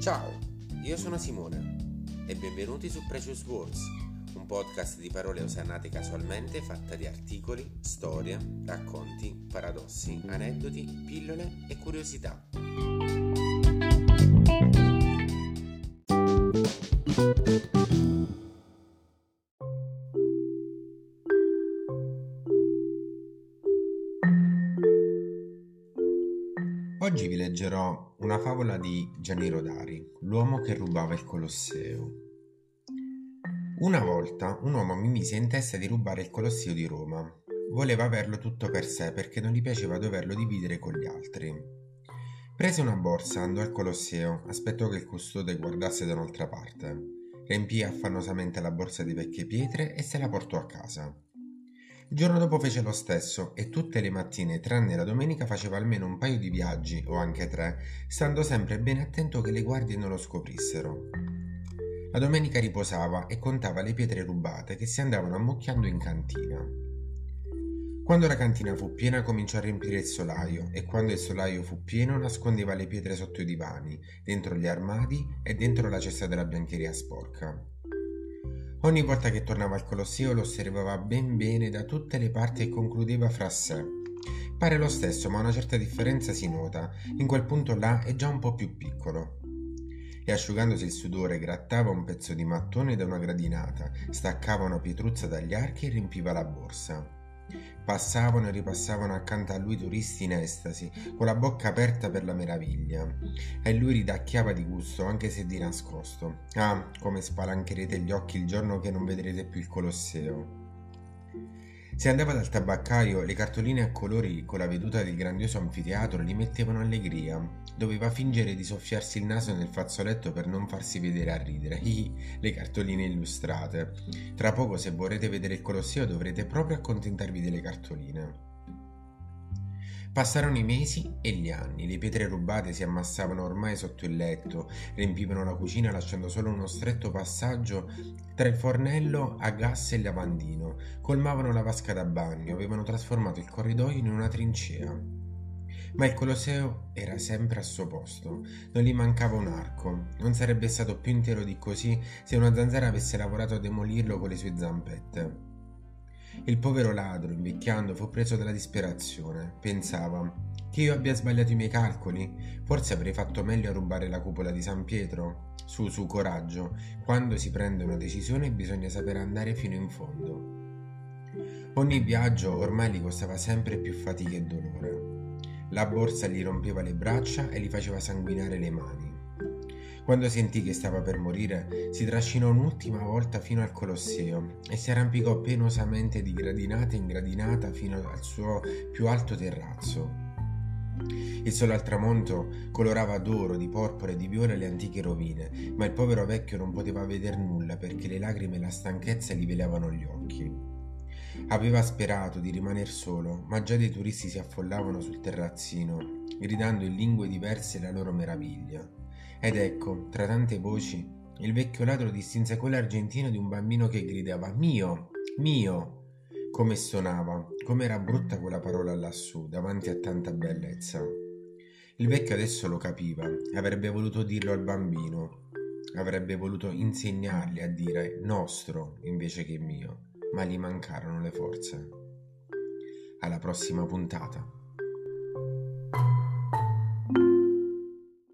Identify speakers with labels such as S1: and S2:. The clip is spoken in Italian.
S1: Ciao, io sono Simone e benvenuti su Precious Words, un podcast di parole usate casualmente fatta di articoli, storie, racconti, paradossi, aneddoti, pillole e curiosità. Oggi vi leggerò una favola di Gianni Rodari, l'uomo che rubava il Colosseo. Una volta un uomo mi mise in testa di rubare il Colosseo di Roma. Voleva averlo tutto per sé perché non gli piaceva doverlo dividere con gli altri. Prese una borsa, andò al Colosseo, aspettò che il custode guardasse da un'altra parte. Riempì affannosamente la borsa di vecchie pietre e se la portò a casa. Il giorno dopo fece lo stesso e tutte le mattine, tranne la domenica, faceva almeno un paio di viaggi, o anche 3, stando sempre ben attento che le guardie non lo scoprissero. La domenica riposava e contava le pietre rubate che si andavano ammucchiando in cantina. Quando la cantina fu piena cominciò a riempire il solaio e quando il solaio fu pieno nascondeva le pietre sotto i divani, dentro gli armadi e dentro la cesta della biancheria sporca. Ogni volta che tornava al Colosseo lo osservava ben bene da tutte le parti e concludeva fra sé: pare lo stesso, ma una certa differenza si nota, in quel punto là è già un po' più piccolo. E asciugandosi il sudore grattava un pezzo di mattone da una gradinata, staccava una pietruzza dagli archi e riempiva la borsa. Passavano e ripassavano accanto a lui turisti in estasi, con la bocca aperta per la meraviglia, e lui ridacchiava di gusto, anche se di nascosto. Ah, come spalancherete gli occhi il giorno che non vedrete più il Colosseo. Se andava dal tabaccaio, le cartoline a colori con la veduta del grandioso anfiteatro gli mettevano allegria. Doveva fingere di soffiarsi il naso nel fazzoletto per non farsi vedere a ridere. Le cartoline illustrate. Tra poco, se vorrete vedere il Colosseo, dovrete proprio accontentarvi delle cartoline. Passarono i mesi e gli anni, le pietre rubate si ammassavano ormai sotto il letto, riempivano la cucina lasciando solo uno stretto passaggio tra il fornello a gas e il lavandino, colmavano la vasca da bagno, avevano trasformato il corridoio in una trincea. Ma il Colosseo era sempre al suo posto, non gli mancava un arco, non sarebbe stato più intero di così se una zanzara avesse lavorato a demolirlo con le sue zampette. Il povero ladro, invecchiando, fu preso dalla disperazione. Pensava: che io abbia sbagliato i miei calcoli? Forse avrei fatto meglio a rubare la cupola di San Pietro? Su, coraggio. Quando si prende una decisione bisogna sapere andare fino in fondo. Ogni viaggio ormai gli costava sempre più fatica e dolore. La borsa gli rompeva le braccia e gli faceva sanguinare le mani. Quando sentì che stava per morire, si trascinò un'ultima volta fino al Colosseo e si arrampicò penosamente di gradinata in gradinata fino al suo più alto terrazzo. Il sole al tramonto colorava d'oro, di porpora e di viola le antiche rovine, ma il povero vecchio non poteva veder nulla perché le lacrime e la stanchezza gli velavano gli occhi. Aveva sperato di rimaner solo, ma già dei turisti si affollavano sul terrazzino, gridando in lingue diverse la loro meraviglia. Ed ecco, tra tante voci, il vecchio ladro distinse quella argentina di un bambino che gridava «Mio! Mio!». Come suonava, come era brutta quella parola lassù, davanti a tanta bellezza. Il vecchio adesso lo capiva, avrebbe voluto dirlo al bambino, avrebbe voluto insegnargli a dire «nostro» invece che «mio», ma gli mancarono le forze. Alla prossima puntata.